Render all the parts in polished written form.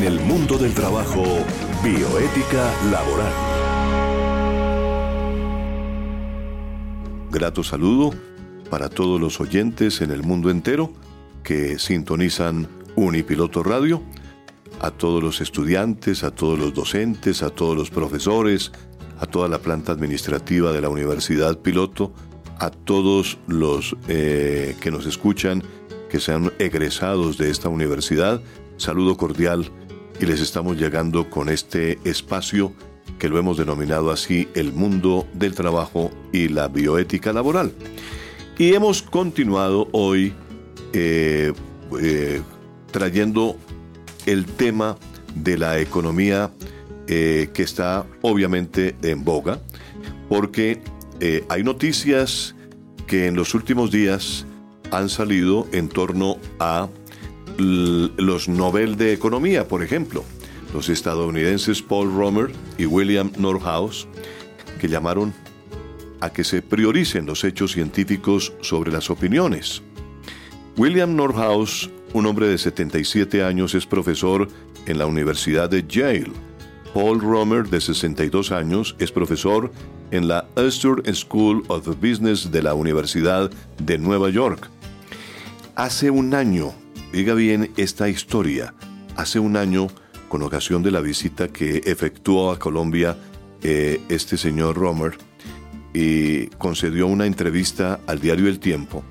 En el mundo del trabajo, bioética laboral. Grato saludo para todos los oyentes en el mundo entero que sintonizan Unipiloto Radio, a todos los estudiantes, a todos los docentes, a todos los profesores, a toda la planta administrativa de la Universidad Piloto, a todos los que nos escuchan, que sean egresados de esta universidad. Saludo cordial y les estamos llegando con este espacio que lo hemos denominado así, el mundo del trabajo y la bioética laboral. Y hemos continuado hoy trayendo el tema de la economía que está obviamente en boga, porque hay noticias que en los últimos días han salido en torno a los Nobel de Economía, por ejemplo, los estadounidenses Paul Romer y William Nordhaus, que llamaron a que se prioricen los hechos científicos sobre las opiniones. William Nordhaus, un hombre de 77 años, es profesor en la Universidad de Yale. Paul Romer, de 62 años, es profesor en la Astor School of Business de la Universidad de Nueva York. Hace un año, diga bien esta historia, hace un año, con ocasión de la visita que efectuó a Colombia este señor Romer, y concedió una entrevista al diario El Tiempo,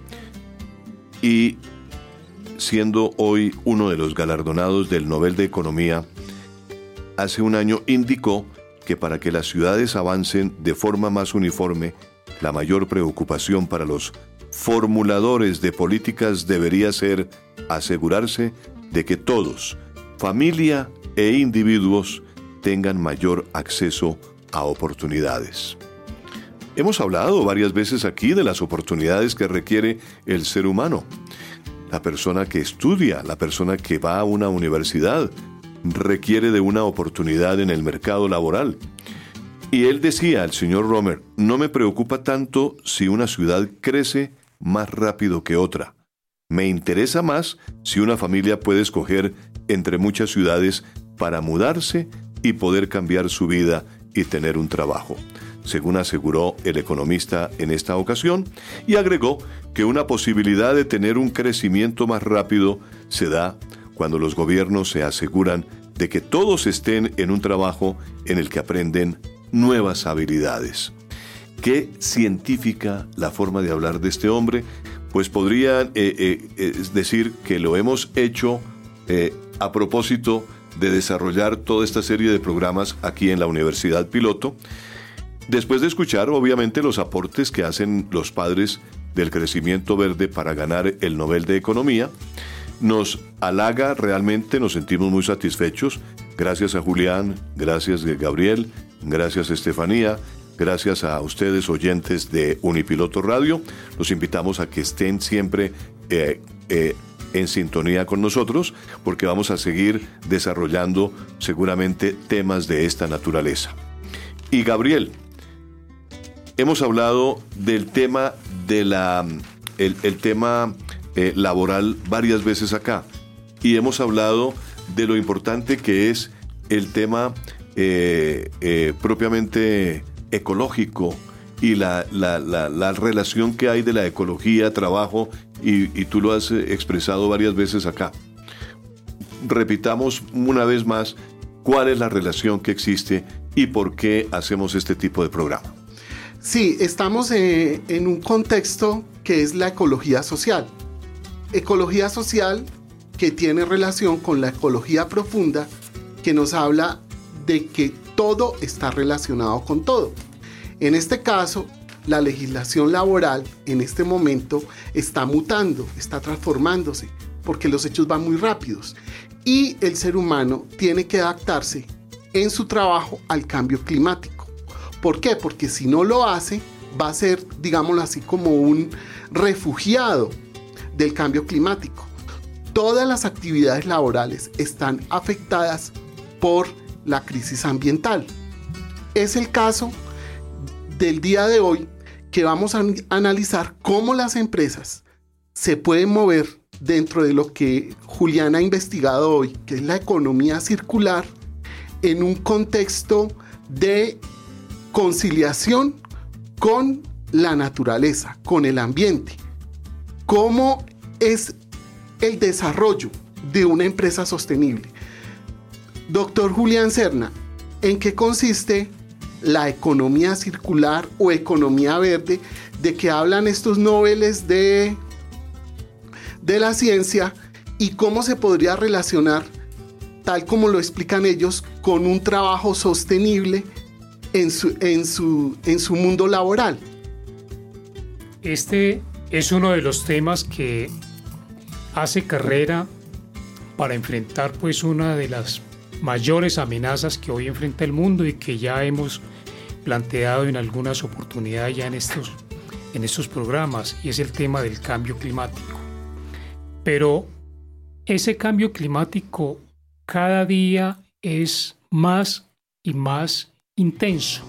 y siendo hoy uno de los galardonados del Nobel de Economía, hace un año indicó que para que las ciudades avancen de forma más uniforme, la mayor preocupación para los formuladores de políticas debería ser asegurarse de que todos, familia e individuos, tengan mayor acceso a oportunidades. Hemos hablado varias veces aquí de las oportunidades que requiere el ser humano. La persona que estudia, la persona que va a una universidad, requiere de una oportunidad en el mercado laboral. Y él decía, el señor Romer, no me preocupa tanto si una ciudad crece más rápido que otra. Me interesa más si una familia puede escoger entre muchas ciudades para mudarse y poder cambiar su vida y tener un trabajo, según aseguró el economista en esta ocasión, y agregó que una posibilidad de tener un crecimiento más rápido se da cuando los gobiernos se aseguran de que todos estén en un trabajo en el que aprenden nuevas habilidades. ¿Qué científica la forma de hablar de este hombre? Pues podría decir que lo hemos hecho a propósito de desarrollar toda esta serie de programas aquí en la Universidad Piloto, después de escuchar obviamente los aportes que hacen los padres del crecimiento verde para ganar el Nobel de Economía. Nos halaga realmente, nos sentimos muy satisfechos. Gracias a Julián, gracias a Gabriel, gracias a Estefanía, gracias a ustedes oyentes de Unipiloto Radio. Los invitamos a que estén siempre en sintonía con nosotros, porque vamos a seguir desarrollando seguramente temas de esta naturaleza. Y Gabriel, hemos hablado del tema de el tema laboral varias veces acá, y hemos hablado de lo importante que es el tema propiamente ecológico y la relación que hay de la ecología, trabajo, y tú lo has expresado varias veces acá. Repitamos una vez más cuál es la relación que existe y por qué hacemos este tipo de programa. Sí, estamos en un contexto que es la ecología social. Ecología social que tiene relación con la ecología profunda, que nos habla de que todo está relacionado con todo. En este caso, la legislación laboral en este momento está mutando, está transformándose, porque los hechos van muy rápidos. Y el ser humano tiene que adaptarse en su trabajo al cambio climático. ¿Por qué? Porque si no lo hace, va a ser, digámoslo así, como un refugiado del cambio climático. Todas las actividades laborales están afectadas por la crisis ambiental. Es el caso del día de hoy, que vamos a analizar cómo las empresas se pueden mover dentro de lo que Julián ha investigado hoy, que es la economía circular, en un contexto de conciliación con la naturaleza, con el ambiente. ¿Cómo es el desarrollo de una empresa sostenible? Doctor Julián Serna, ¿en qué consiste la economía circular o economía verde de que hablan estos nobeles de la ciencia, y cómo se podría relacionar, tal como lo explican ellos, con un trabajo sostenible en su mundo laboral? Este es uno de los temas que hace carrera para enfrentar pues una de las mayores amenazas que hoy enfrenta el mundo y que ya hemos planteado en algunas oportunidades ya en estos programas, y es el tema del cambio climático. Pero ese cambio climático cada día es más y más intenso,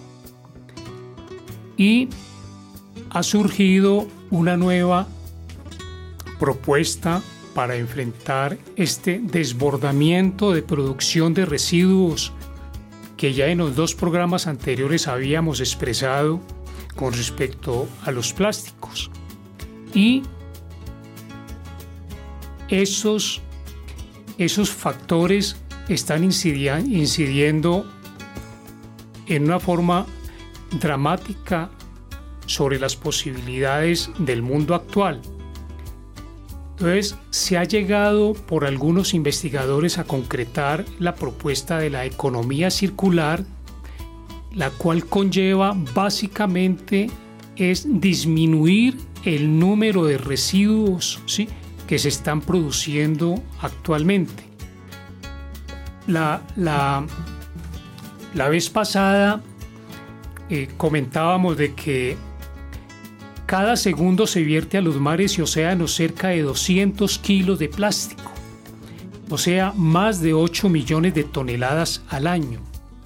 y ha surgido una nueva propuesta para enfrentar este desbordamiento de producción de residuos que ya en los 2 programas anteriores habíamos expresado con respecto a los plásticos. Y esos factores están incidiendo en una forma dramática sobre las posibilidades del mundo actual. Entonces, se ha llegado por algunos investigadores a concretar la propuesta de la economía circular, la cual conlleva básicamente es disminuir el número de residuos, ¿sí?, que se están produciendo actualmente. La vez pasada comentábamos de que cada segundo se vierte a los mares y océanos cerca de 200 kilos de plástico, o sea, más de 8 millones de toneladas al año.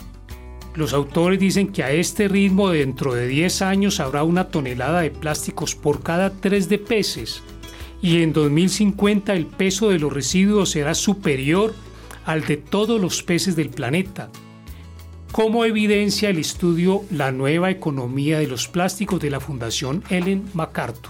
Los autores dicen que a este ritmo, dentro de 10 años, habrá 1 tonelada de plásticos por cada 3 de peces, y en 2050 el peso de los residuos será superior al de todos los peces del planeta, como evidencia el estudio La nueva economía de los plásticos de la Fundación Ellen MacArthur.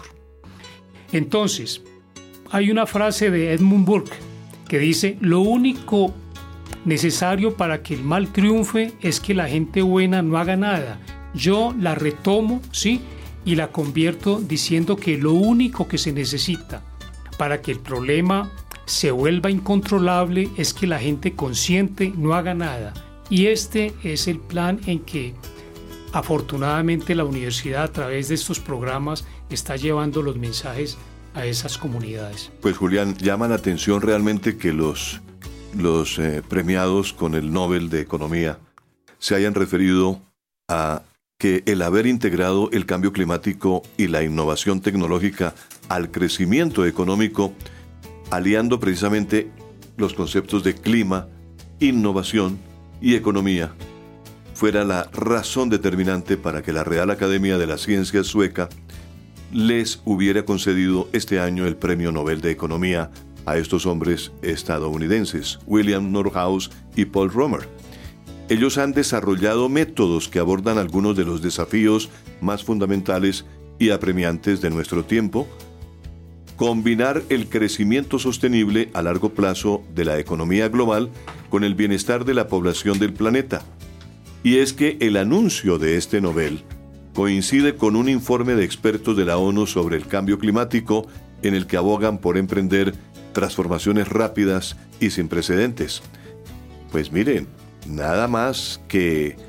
Entonces, hay una frase de Edmund Burke que dice: lo único necesario para que el mal triunfe es que la gente buena no haga nada. Yo la retomo, ¿sí?, y la convierto diciendo que lo único que se necesita para que el problema se vuelva incontrolable es que la gente consciente no haga nada. Y este es el plan en que afortunadamente la universidad, a través de estos programas, está llevando los mensajes a esas comunidades. Pues Julián, llama la atención realmente que los premiados con el Nobel de Economía se hayan referido a que el haber integrado el cambio climático y la innovación tecnológica al crecimiento económico, aliando precisamente los conceptos de clima, innovación y economía, fuera la razón determinante para que la Real Academia de las Ciencias sueca les hubiera concedido este año el Premio Nobel de Economía a estos hombres estadounidenses, William Nordhaus y Paul Romer. Ellos han desarrollado métodos que abordan algunos de los desafíos más fundamentales y apremiantes de nuestro tiempo: combinar el crecimiento sostenible a largo plazo de la economía global con el bienestar de la población del planeta. Y es que el anuncio de este Nobel coincide con un informe de expertos de la ONU sobre el cambio climático, en el que abogan por emprender transformaciones rápidas y sin precedentes. Pues miren, nada más que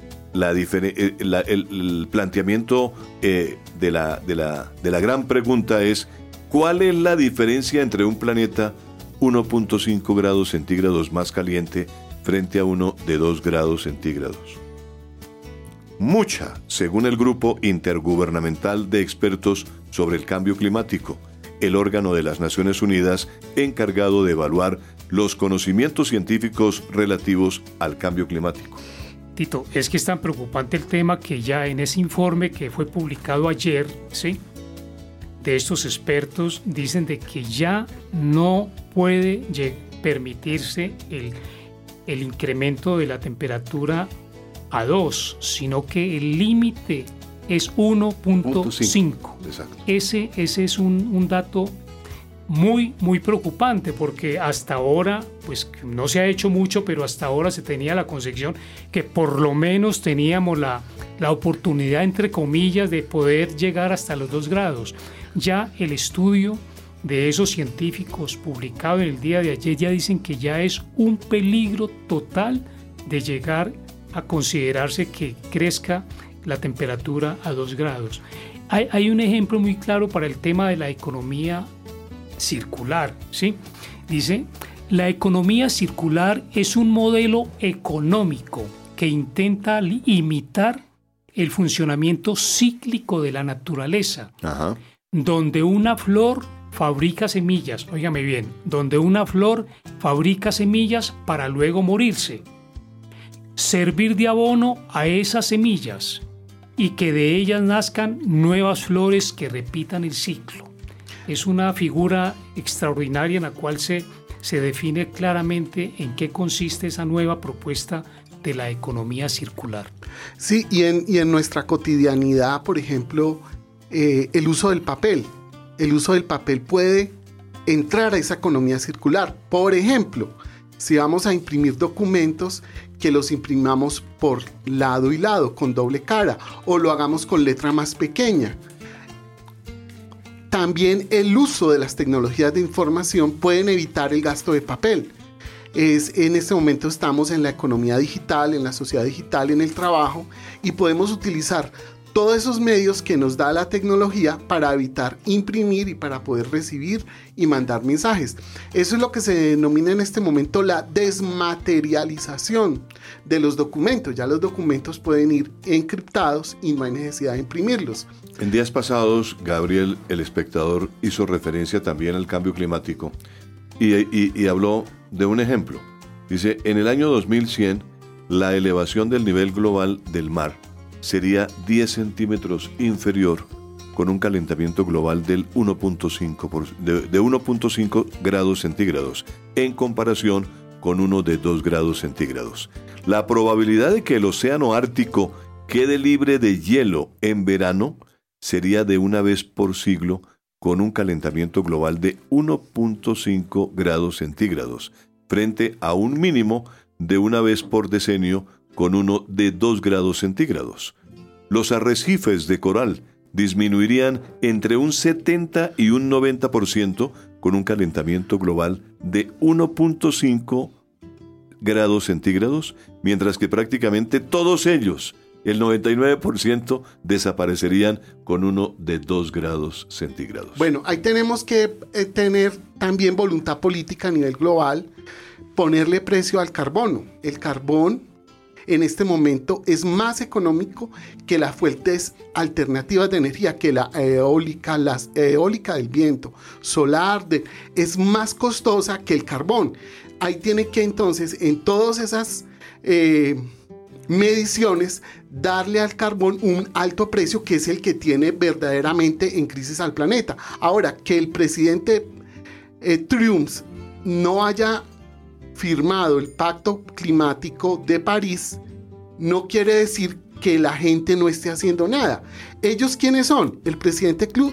el planteamiento de la gran pregunta es: ¿cuál es la diferencia entre un planeta 1.5 grados centígrados más caliente frente a uno de 2 grados centígrados? Mucha, según el Grupo Intergubernamental de Expertos sobre el Cambio Climático, el órgano de las Naciones Unidas encargado de evaluar los conocimientos científicos relativos al cambio climático. Tito, es que es tan preocupante el tema que ya en ese informe que fue publicado ayer, ¿sí?, de estos expertos dicen de que ya no puede permitirse el incremento de la temperatura a 2, sino que el límite es 1.5. Ese es un dato muy, muy preocupante, porque hasta ahora, pues no se ha hecho mucho, pero hasta ahora se tenía la concepción que por lo menos teníamos la oportunidad, entre comillas, de poder llegar hasta los 2 grados. Ya el estudio de esos científicos publicado en el día de ayer ya dicen que ya es un peligro total de llegar a considerarse que crezca la temperatura a 2 grados. Hay un ejemplo muy claro para el tema de la economía circular, ¿sí? Dice, la economía circular es un modelo económico que intenta imitar el funcionamiento cíclico de la naturaleza, donde una flor fabrica semillas, óigame bien, donde una flor fabrica semillas para luego morirse, servir de abono a esas semillas y que de ellas nazcan nuevas flores que repitan el ciclo. Es una figura extraordinaria en la cual se define claramente en qué consiste esa nueva propuesta de la economía circular. Sí, y en nuestra cotidianidad, por ejemplo, el uso del papel. El uso del papel puede entrar a esa economía circular. Por ejemplo, si vamos a imprimir documentos, que los imprimamos por lado y lado, con doble cara, o lo hagamos con letra más pequeña. También el uso de las tecnologías de información pueden evitar el gasto de papel. En este momento estamos en la economía digital, en la sociedad digital, en el trabajo, y podemos utilizar todos esos medios que nos da la tecnología para evitar imprimir y para poder recibir y mandar mensajes. Eso es lo que se denomina en este momento la desmaterialización de los documentos. Ya los documentos pueden ir encriptados y no hay necesidad de imprimirlos. En días pasados, Gabriel, el espectador, hizo referencia también al cambio climático y habló de un ejemplo. Dice, en el año 2100, la elevación del nivel global del mar sería 10 centímetros inferior, con un calentamiento global del 1.5 grados centígrados, en comparación con uno de 2 grados centígrados. La probabilidad de que el océano Ártico quede libre de hielo en verano sería de una vez por siglo, con un calentamiento global de 1.5 grados centígrados, frente a un mínimo de una vez por decenio, con uno de 2 grados centígrados. Los arrecifes de coral disminuirían entre un 70 y un 90%, con un calentamiento global de 1.5 grados centígrados, mientras que prácticamente todos ellos, el 99%, desaparecerían con uno de 2 grados centígrados. Bueno, ahí tenemos que tener también voluntad política a nivel global, ponerle precio al carbono. El carbón en este momento es más económico que las fuentes alternativas de energía, que la eólica, del viento, solar, es más costosa que el carbón. Ahí tiene que entonces, en todas esas mediciones, darle al carbón un alto precio, que es el que tiene verdaderamente en crisis al planeta. Ahora, que el presidente Trump no haya firmado el Pacto Climático de París no quiere decir que la gente no esté haciendo nada. ¿Ellos quiénes son? El presidente Trump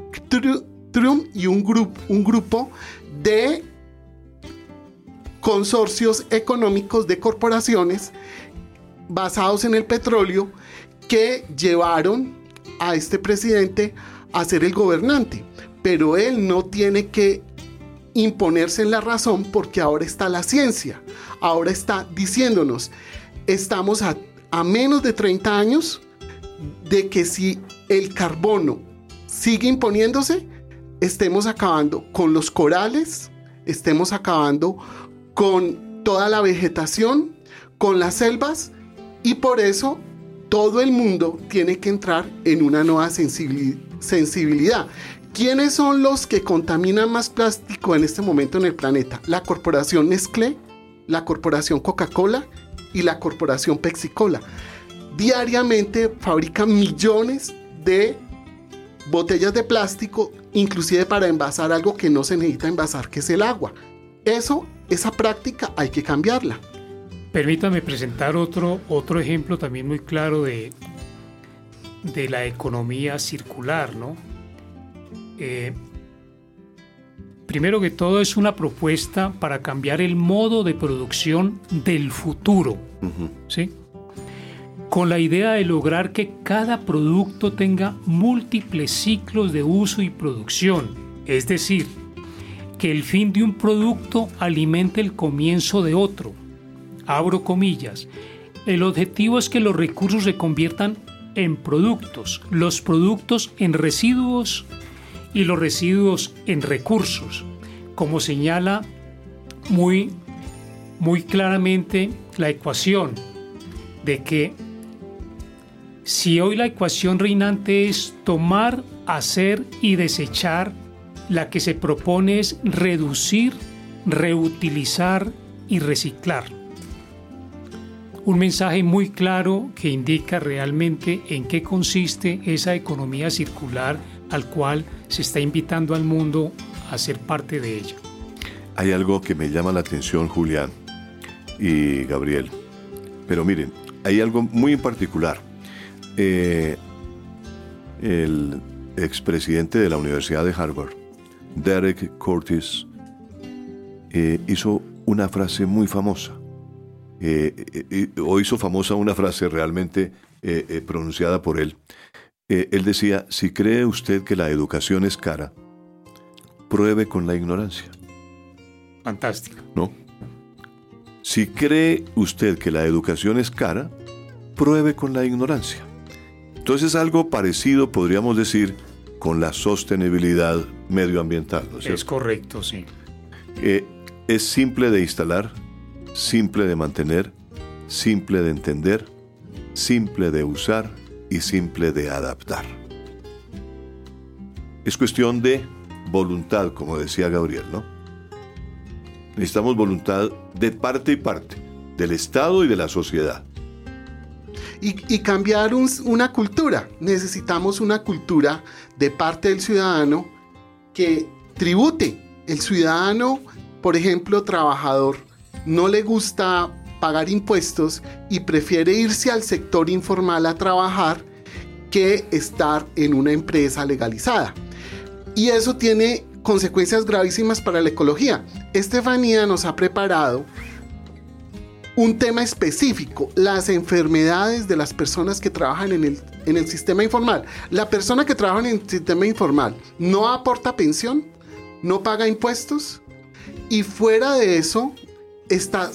y un grupo de consorcios económicos de corporaciones basados en el petróleo que llevaron a este presidente a ser el gobernante. Pero él no tiene que imponerse en la razón, porque ahora está la ciencia, ahora está diciéndonos, estamos a menos de 30 años de que si el carbono sigue imponiéndose, estemos acabando con los corales, estemos acabando con toda la vegetación, con las selvas, y por eso todo el mundo tiene que entrar en una nueva sensibilidad. ¿Quiénes son los que contaminan más plástico en este momento en el planeta? La corporación Nestlé, la corporación Coca-Cola y la corporación Pepsi-Cola. Diariamente fabrican millones de botellas de plástico, inclusive para envasar algo que no se necesita envasar, que es el agua. Esa práctica hay que cambiarla. Permítame presentar otro ejemplo también muy claro de la economía circular, ¿no? Primero que todo, es una propuesta para cambiar el modo de producción del futuro, ¿sí? Con la idea de lograr que cada producto tenga múltiples ciclos de uso y producción, es decir, que el fin de un producto alimente el comienzo de otro. Abro comillas. El objetivo es que los recursos se conviertan en productos, los productos en residuos y los residuos en recursos, como señala muy claramente la ecuación, de que si hoy la ecuación reinante es tomar, hacer y desechar, la que se propone es reducir, reutilizar y reciclar. Un mensaje muy claro que indica realmente en qué consiste esa economía circular al cual se está invitando al mundo a ser parte de ella. Hay algo que me llama la atención, Julián y Gabriel. Pero miren, hay algo muy en particular. El expresidente de la Universidad de Harvard, Derek Curtis, hizo una frase muy famosa. O hizo famosa una frase realmente pronunciada por él. Él decía: si cree usted que la educación es cara, pruebe con la ignorancia. Fantástico. ¿No? Si cree usted que la educación es cara, pruebe con la ignorancia. Entonces, algo parecido podríamos decir con la sostenibilidad medioambiental, ¿no es cierto? Es correcto, sí. Es simple de instalar, simple de mantener, simple de entender, simple de usar y simple de adaptar. Es cuestión de voluntad, como decía Gabriel, ¿no? Necesitamos voluntad de parte y parte, del Estado y de la sociedad. Y cambiar una cultura. Necesitamos una cultura de parte del ciudadano que tribute. El ciudadano, por ejemplo, trabajador, no le gusta pagar impuestos y prefiere irse al sector informal a trabajar que estar en una empresa legalizada. Y eso tiene consecuencias gravísimas para la ecología. Estefanía nos ha preparado un tema específico: las enfermedades de las personas que trabajan en el sistema informal. La persona que trabaja en el sistema informal no aporta pensión, no paga impuestos, y fuera de eso está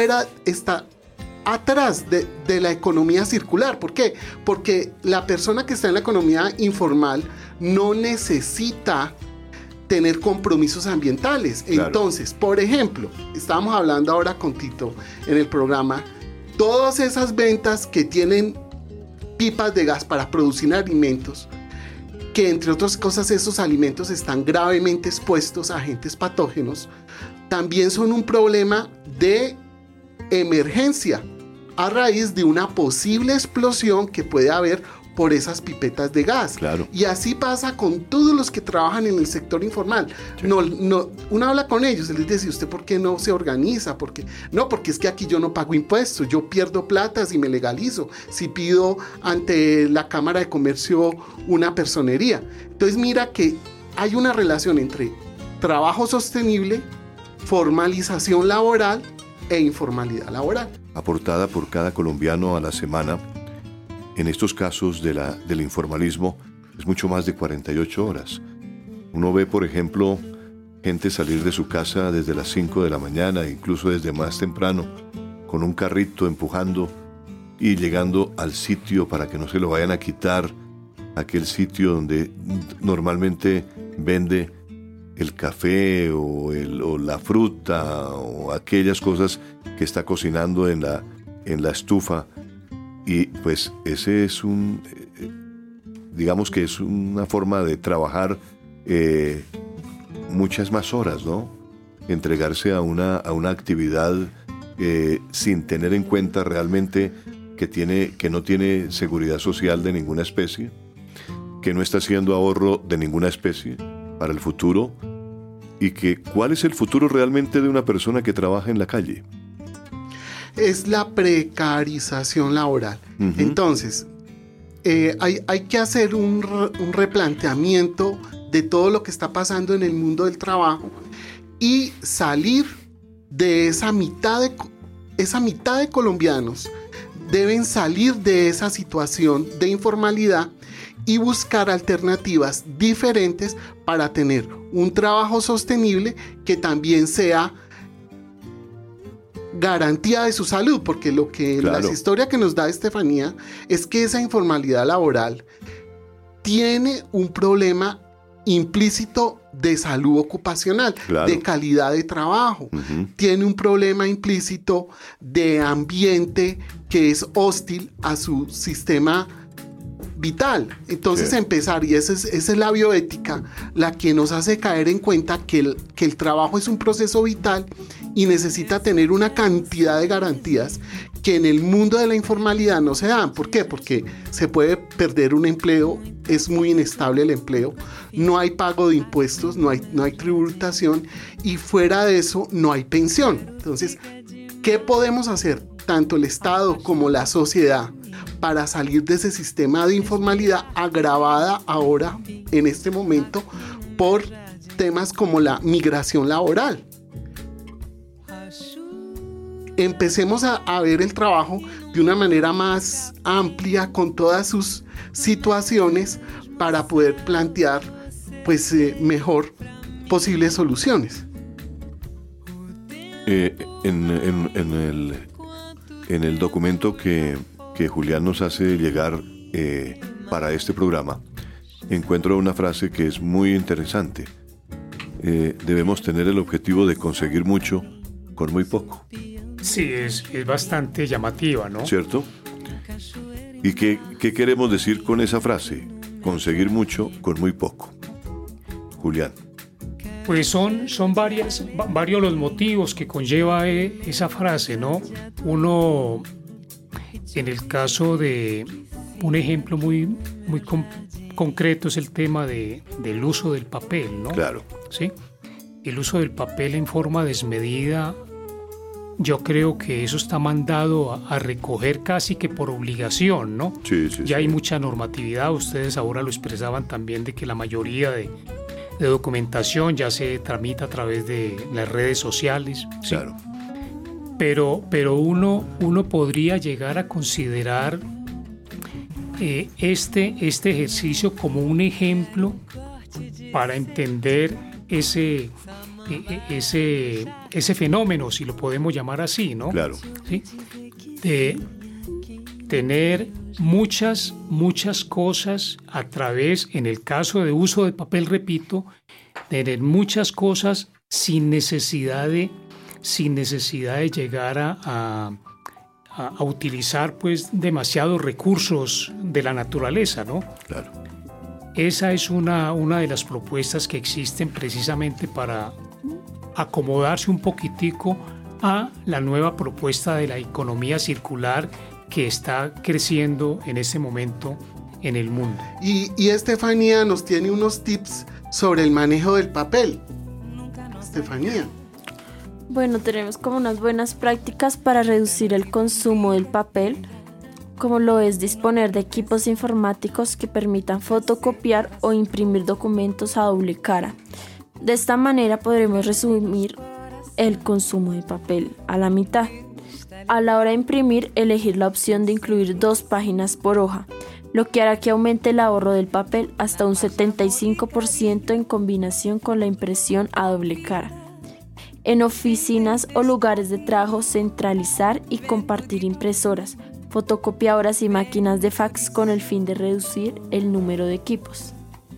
atrás de la economía circular. ¿Por qué? Porque la persona que está en la economía informal no necesita tener compromisos ambientales. Claro. Entonces, por ejemplo, estábamos hablando ahora con Tito en el programa, todas esas ventas que tienen pipas de gas para producir alimentos, que entre otras cosas esos alimentos están gravemente expuestos a agentes patógenos, también son un problema de emergencia a raíz de una posible explosión que puede haber por esas pipetas de gas. Claro. Y así pasa con todos los que trabajan en el sector informal. Sí. Uno habla con ellos y les dice: ¿usted por qué no se organiza? Porque es que aquí yo no pago impuestos, yo pierdo plata si me legalizo, si pido ante la Cámara de Comercio una personería. Entonces mira que hay una relación entre trabajo sostenible, formalización laboral e informalidad laboral. Aportada por cada colombiano a la semana, en estos casos del informalismo, es mucho más de 48 horas. Uno ve, por ejemplo, gente salir de su casa desde las 5 de la mañana, incluso desde más temprano, con un carrito empujando y llegando al sitio para que no se lo vayan a quitar, aquel sitio donde normalmente vende el café o la fruta o aquellas cosas que está cocinando en la estufa. Y pues ese es digamos que es una forma de trabajar muchas más horas, ¿no? Entregarse a una actividad sin tener en cuenta realmente que no tiene seguridad social de ninguna especie. que no está haciendo ahorro de ninguna especie para el futuro y que ¿cuál es el futuro realmente de una persona que trabaja en la calle? Es la precarización laboral. Uh-huh. Entonces, hay que hacer un replanteamiento de todo lo que está pasando en el mundo del trabajo y salir de esa mitad de colombianos deben salir de esa situación de informalidad y buscar alternativas diferentes para tener un trabajo sostenible que también sea garantía de su salud, porque lo que la historia que nos da Estefanía es que esa informalidad laboral tiene un problema implícito de salud ocupacional, de calidad de trabajo. Uh-huh. Tiene un problema implícito de ambiente que es hostil a su sistema vital. Entonces empezar, y esa es la bioética, la que nos hace caer en cuenta que el trabajo es un proceso vital y necesita tener una cantidad de garantías que en el mundo de la informalidad no se dan. ¿Por qué? Porque se puede perder un empleo, es muy inestable el empleo, no hay pago de impuestos, no hay tributación y fuera de eso no hay pensión. Entonces, ¿qué podemos hacer tanto el Estado como la sociedad para salir de ese sistema de informalidad agravada ahora, en este momento, por temas como la migración laboral? Empecemos a ver el trabajo de una manera más amplia con todas sus situaciones para poder plantear mejor posibles soluciones. En el documento que Julián nos hace llegar para este programa, encuentro una frase que es muy interesante. Debemos tener el objetivo de conseguir mucho con muy poco. Sí, es bastante llamativa, ¿no? ¿Cierto? ¿Y qué queremos decir con esa frase? Conseguir mucho con muy poco. Julián. Pues son varios los motivos que conlleva esa frase, ¿no? Uno, en el caso de un ejemplo muy concreto, es el tema del uso del papel, ¿no? Claro. ¿Sí? El uso del papel en forma desmedida, yo creo que eso está mandado a recoger casi que por obligación, ¿no? Sí. Ya hay mucha normatividad, ustedes ahora lo expresaban también, de que la mayoría de documentación ya se tramita a través de las redes sociales. ¿sí? Claro. Pero uno podría llegar a considerar este ejercicio como un ejemplo para entender ese fenómeno, si lo podemos llamar así, ¿no? Claro. ¿Sí? De tener muchas cosas a través, en el caso de uso de papel, repito, tener muchas cosas sin necesidad de llegar a utilizar pues demasiados recursos de la naturaleza, ¿no? Claro. Esa es una de las propuestas que existen precisamente para acomodarse un poquitico a la nueva propuesta de la economía circular que está creciendo en este momento en el mundo. Y Estefanía nos tiene unos tips sobre el manejo del papel. Estefanía. Bueno, tenemos como unas buenas prácticas para reducir el consumo del papel, como lo es disponer de equipos informáticos que permitan fotocopiar o imprimir documentos a doble cara. De esta manera podremos resumir el consumo de papel a la mitad. A la hora de imprimir, elegir la opción de incluir 2 páginas por hoja, lo que hará que aumente el ahorro del papel hasta un 75% en combinación con la impresión a doble cara. En oficinas o lugares de trabajo, centralizar y compartir impresoras, fotocopiadoras y máquinas de fax con el fin de reducir el número de equipos.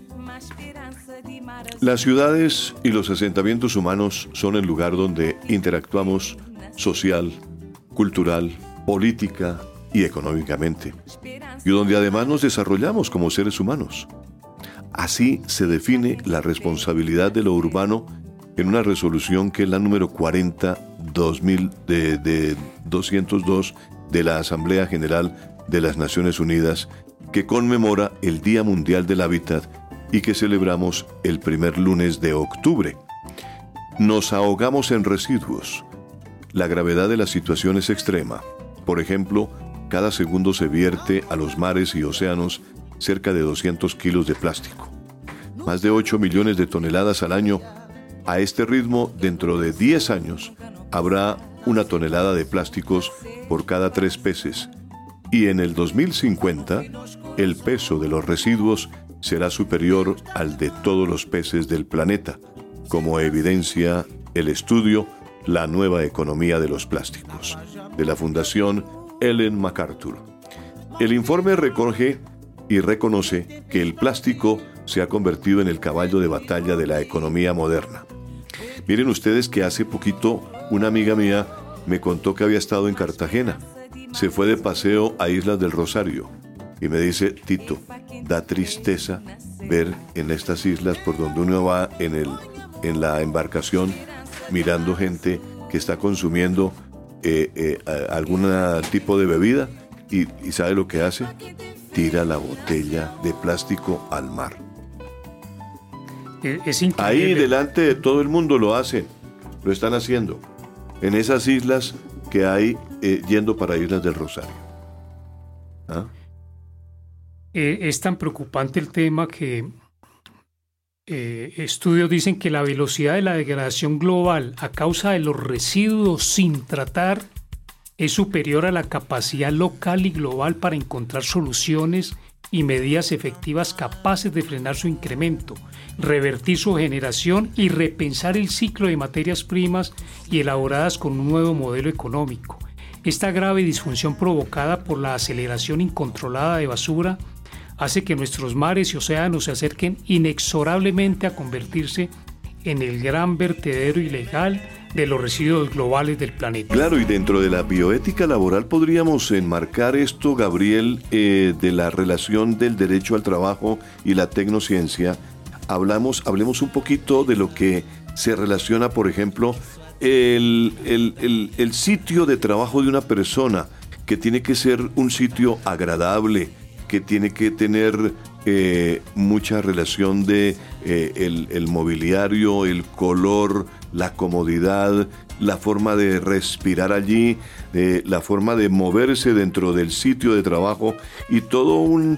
Las ciudades y los asentamientos humanos son el lugar donde interactuamos social, cultural, política y económicamente, y donde además nos desarrollamos como seres humanos. Así se define la responsabilidad de lo urbano en una resolución que es la número 40/202 de la Asamblea General de las Naciones Unidas que conmemora el Día Mundial del Hábitat y que celebramos el primer lunes de octubre. Nos ahogamos en residuos. La gravedad de la situación es extrema. Por ejemplo, cada segundo se vierte a los mares y océanos cerca de 200 kilos de plástico. Más de 8 millones de toneladas al año. A este ritmo, dentro de 10 años, habrá 1 tonelada de plásticos por cada 3 peces. Y en el 2050, el peso de los residuos será superior al de todos los peces del planeta, como evidencia el estudio La nueva economía de los plásticos, de la Fundación Ellen MacArthur. El informe recoge y reconoce que el plástico se ha convertido en el caballo de batalla de la economía moderna. Miren ustedes que hace poquito una amiga mía me contó que había estado en Cartagena. Se fue de paseo a Islas del Rosario y me dice: Tito, da tristeza ver en estas islas por donde uno va en la embarcación mirando gente que está consumiendo algún tipo de bebida y ¿sabe lo que hace? Tira la botella de plástico al mar. Es increíble. Ahí delante de todo el mundo lo hacen, lo están haciendo, en esas islas que hay yendo para Islas del Rosario. ¿Ah? Es tan preocupante el tema que estudios dicen que la velocidad de la degradación global a causa de los residuos sin tratar es superior a la capacidad local y global para encontrar soluciones y medidas efectivas capaces de frenar su incremento, revertir su generación y repensar el ciclo de materias primas y elaboradas con un nuevo modelo económico. Esta grave disfunción provocada por la aceleración incontrolada de basura hace que nuestros mares y océanos se acerquen inexorablemente a convertirse en el gran vertedero ilegal de los residuos globales del planeta. Claro, y dentro de la bioética laboral podríamos enmarcar esto, Gabriel, de la relación del derecho al trabajo y la tecnociencia. Hablemos un poquito de lo que se relaciona, por ejemplo, el sitio de trabajo de una persona, que tiene que ser un sitio agradable, que tiene que tener mucha relación de el mobiliario, el color, la comodidad, la forma de respirar allí, la forma de moverse dentro del sitio de trabajo y todo un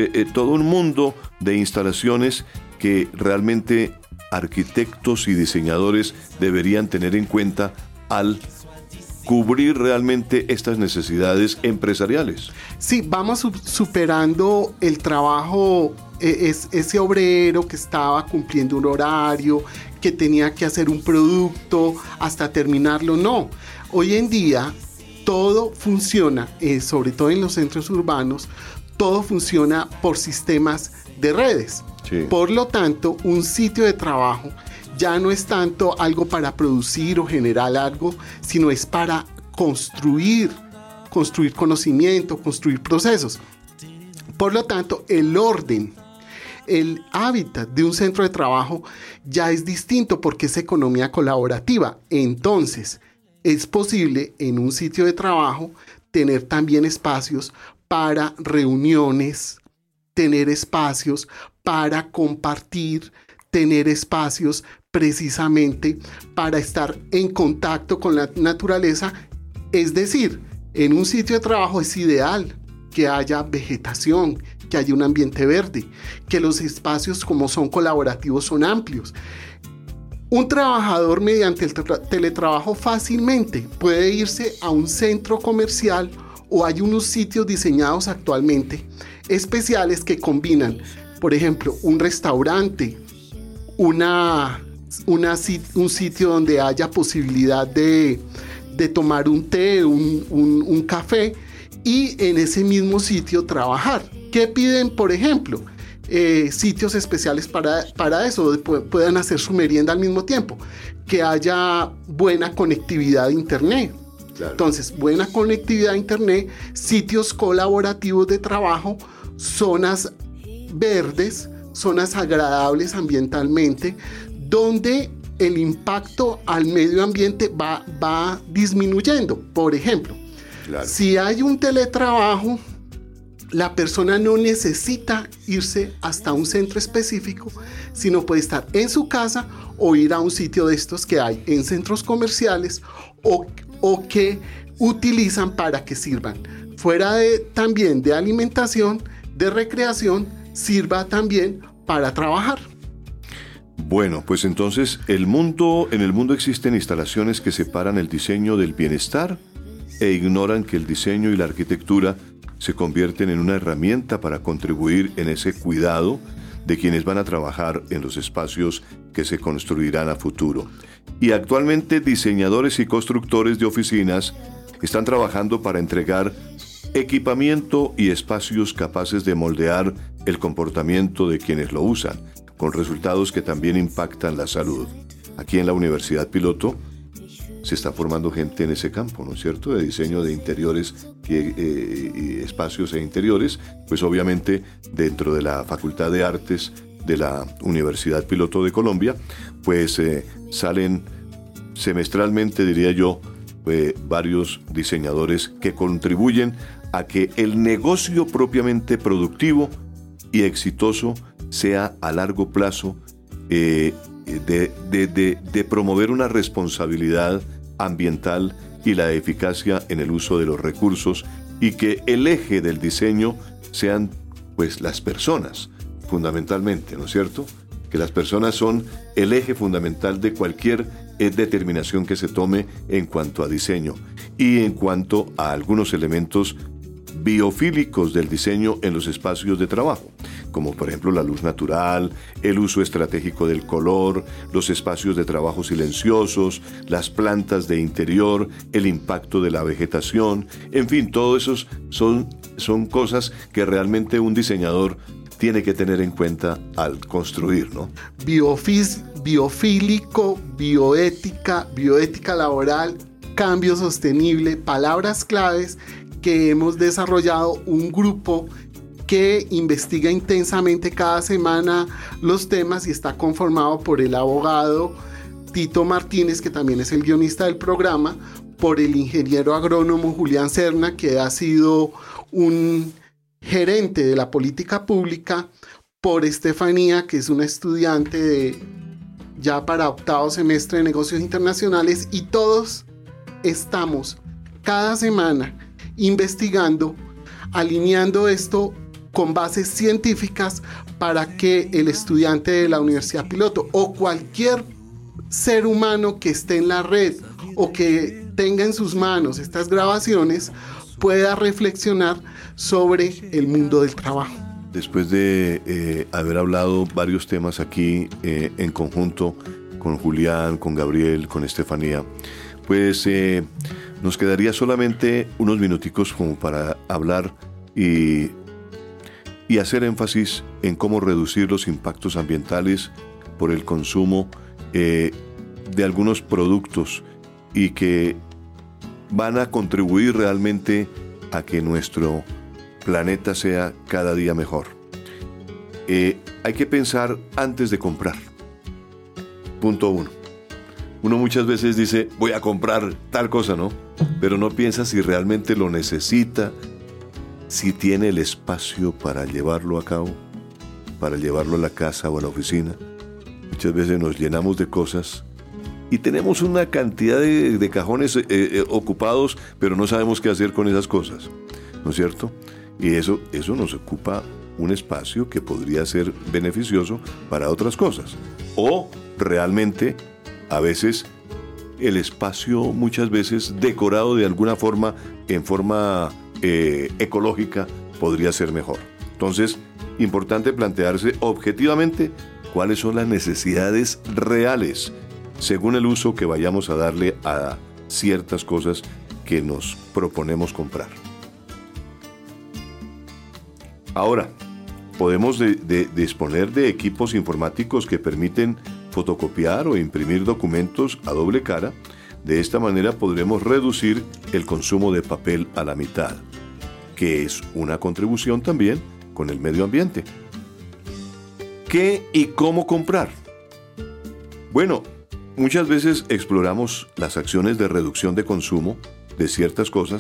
mundo de instalaciones que realmente arquitectos y diseñadores deberían tener en cuenta al cubrir realmente estas necesidades empresariales. Sí, vamos superando el trabajo, ese obrero que estaba cumpliendo un horario, que tenía que hacer un producto hasta terminarlo. No, hoy en día todo funciona, sobre todo en los centros urbanos, todo funciona por sistemas de redes. Sí. Por lo tanto, un sitio de trabajo ya no es tanto algo para producir o generar algo, sino es para construir conocimiento, construir procesos. Por lo tanto, el orden, el hábitat de un centro de trabajo ya es distinto porque es economía colaborativa. Entonces, es posible en un sitio de trabajo tener también espacios para reuniones, tener espacios para compartir, tener espacios precisamente para estar en contacto con la naturaleza. Es decir, en un sitio de trabajo es ideal que haya vegetación, que haya un ambiente verde, que los espacios como son colaborativos son amplios. Un trabajador mediante el teletrabajo fácilmente puede irse a un centro comercial o hay unos sitios diseñados actualmente especiales que combinan, por ejemplo, un restaurante, un sitio donde haya posibilidad de tomar un té, un café y en ese mismo sitio trabajar. ¿Qué piden, por ejemplo? Sitios especiales para eso, donde puedan hacer su merienda al mismo tiempo, que haya buena conectividad a internet. Claro. Entonces, buena conectividad a internet, sitios colaborativos de trabajo, zonas verdes, zonas agradables ambientalmente, donde el impacto al medio ambiente va disminuyendo. Por ejemplo, claro, si hay un teletrabajo, la persona no necesita irse hasta un centro específico, sino puede estar en su casa o ir a un sitio de estos que hay en centros comerciales o que utilizan para que sirvan. Fuera también de alimentación, de recreación, sirva también para trabajar. Bueno, pues entonces en el mundo existen instalaciones que separan el diseño del bienestar e ignoran que el diseño y la arquitectura se convierten en una herramienta para contribuir en ese cuidado de quienes van a trabajar en los espacios que se construirán a futuro. Y actualmente diseñadores y constructores de oficinas están trabajando para entregar equipamiento y espacios capaces de moldear el comportamiento de quienes lo usan, con resultados que también impactan la salud. Aquí en la Universidad Piloto se está formando gente en ese campo, ¿no es cierto?, de diseño de interiores y espacios e interiores, pues obviamente dentro de la Facultad de Artes de la Universidad Piloto de Colombia, pues salen semestralmente, diría yo, varios diseñadores que contribuyen a que el negocio propiamente productivo y exitoso sea a largo plazo de promover una responsabilidad ambiental y la eficacia en el uso de los recursos, y que el eje del diseño sean pues las personas, fundamentalmente, ¿no es cierto? Que las personas son el eje fundamental de cualquier determinación que se tome en cuanto a diseño y en cuanto a algunos elementos biofílicos del diseño en los espacios de trabajo, como por ejemplo la luz natural, el uso estratégico del color, los espacios de trabajo silenciosos, las plantas de interior, el impacto de la vegetación, en fin, todo eso son cosas que realmente un diseñador tiene que tener en cuenta al construir, ¿no? Biofílico, bioética laboral, cambio sostenible, palabras claves que hemos desarrollado un grupo que investiga intensamente cada semana los temas y está conformado por el abogado Tito Martínez, que también es el guionista del programa, por el ingeniero agrónomo Julián Serna, que ha sido un gerente de la política pública, por Estefanía, que es una estudiante ya para 8º semestre de negocios internacionales, y todos estamos cada semana investigando, alineando esto con bases científicas para que el estudiante de la Universidad Piloto o cualquier ser humano que esté en la red o que tenga en sus manos estas grabaciones pueda reflexionar sobre el mundo del trabajo. Después de haber hablado varios temas aquí en conjunto con Julián, con Gabriel, con Estefanía, pues nos quedaría solamente unos minuticos como para hablar y hacer énfasis en cómo reducir los impactos ambientales por el consumo de algunos productos y que van a contribuir realmente a que nuestro planeta sea cada día mejor. Hay que pensar antes de comprar. Punto 1. Uno muchas veces dice, voy a comprar tal cosa, ¿no? Pero no piensa si realmente lo necesita, si tiene el espacio para llevarlo a cabo, para llevarlo a la casa o a la oficina. Muchas veces nos llenamos de cosas y tenemos una cantidad de cajones ocupados, pero no sabemos qué hacer con esas cosas, ¿no es cierto? Y eso nos ocupa un espacio que podría ser beneficioso para otras cosas. O realmente, a veces, el espacio muchas veces decorado de alguna forma, en forma ecológica, podría ser mejor. Entonces, importante plantearse objetivamente cuáles son las necesidades reales según el uso que vayamos a darle a ciertas cosas que nos proponemos comprar. Ahora, podemos disponer de equipos informáticos que permiten fotocopiar o imprimir documentos a doble cara. De esta manera podremos reducir el consumo de papel a la mitad, que es una contribución también con el medio ambiente. ¿Qué y cómo comprar? Bueno, muchas veces exploramos las acciones de reducción de consumo de ciertas cosas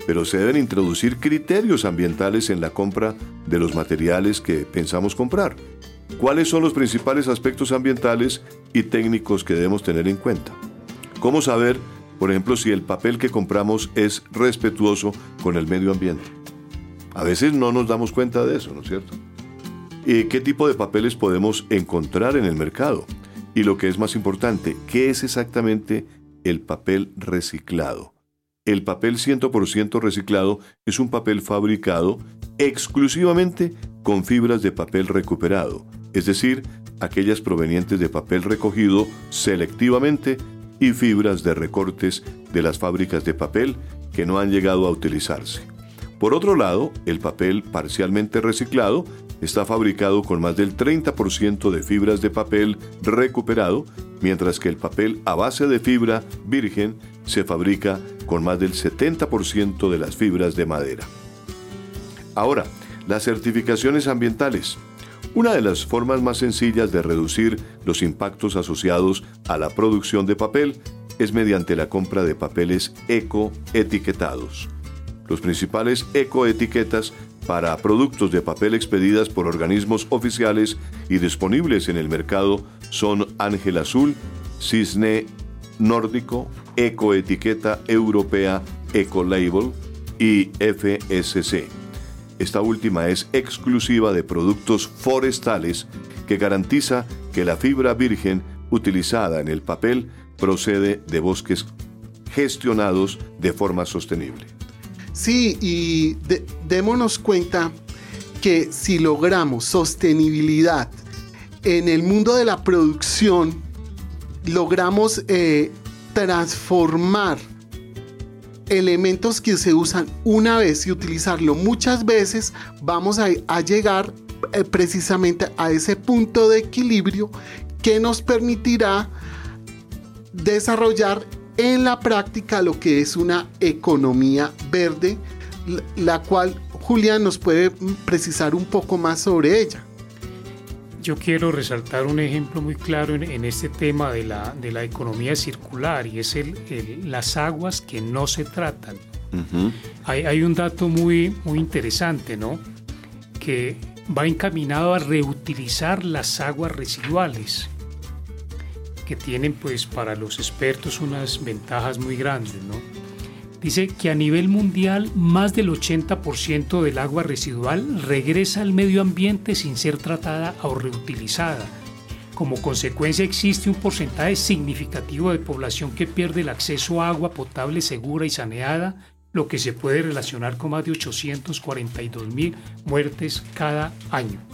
pero se deben introducir criterios ambientales en la compra de los materiales que pensamos comprar. ¿Cuáles son los principales aspectos ambientales y técnicos que debemos tener en cuenta? ¿Cómo saber, por ejemplo, si el papel que compramos es respetuoso con el medio ambiente? A veces no nos damos cuenta de eso, ¿no es cierto? ¿Y qué tipo de papeles podemos encontrar en el mercado? Y lo que es más importante, ¿qué es exactamente el papel reciclado? El papel 100% reciclado es un papel fabricado exclusivamente con fibras de papel recuperado, es decir, aquellas provenientes de papel recogido selectivamente y fibras de recortes de las fábricas de papel que no han llegado a utilizarse. Por otro lado, el papel parcialmente reciclado está fabricado con más del 30% de fibras de papel recuperado, mientras que el papel a base de fibra virgen se fabrica con más del 70% de las fibras de madera. Ahora, las certificaciones ambientales. Una de las formas más sencillas de reducir los impactos asociados a la producción de papel es mediante la compra de papeles ecoetiquetados. Los principales ecoetiquetas para productos de papel expedidas por organismos oficiales y disponibles en el mercado son Ángel Azul, Cisne Nórdico, Ecoetiqueta Europea Ecolabel y FSC. Esta última es exclusiva de productos forestales que garantiza que la fibra virgen utilizada en el papel procede de bosques gestionados de forma sostenible. Sí, y démonos cuenta que si logramos sostenibilidad en el mundo de la producción, logramos transformar elementos que se usan una vez y utilizarlo muchas veces, vamos a llegar precisamente a ese punto de equilibrio que nos permitirá desarrollar en la práctica lo que es una economía verde, la cual Julián nos puede precisar un poco más sobre ella. Yo quiero resaltar un ejemplo muy claro en este tema de la economía circular, y es las aguas que no se tratan. Uh-huh. Hay un dato muy interesante, ¿no? Que va encaminado a reutilizar las aguas residuales, que tienen pues para los expertos unas ventajas muy grandes, ¿no? Dice que a nivel mundial más del 80% del agua residual regresa al medio ambiente sin ser tratada o reutilizada. Como consecuencia existe un porcentaje significativo de población que pierde el acceso a agua potable segura y saneada, lo que se puede relacionar con más de 842,000 muertes cada año.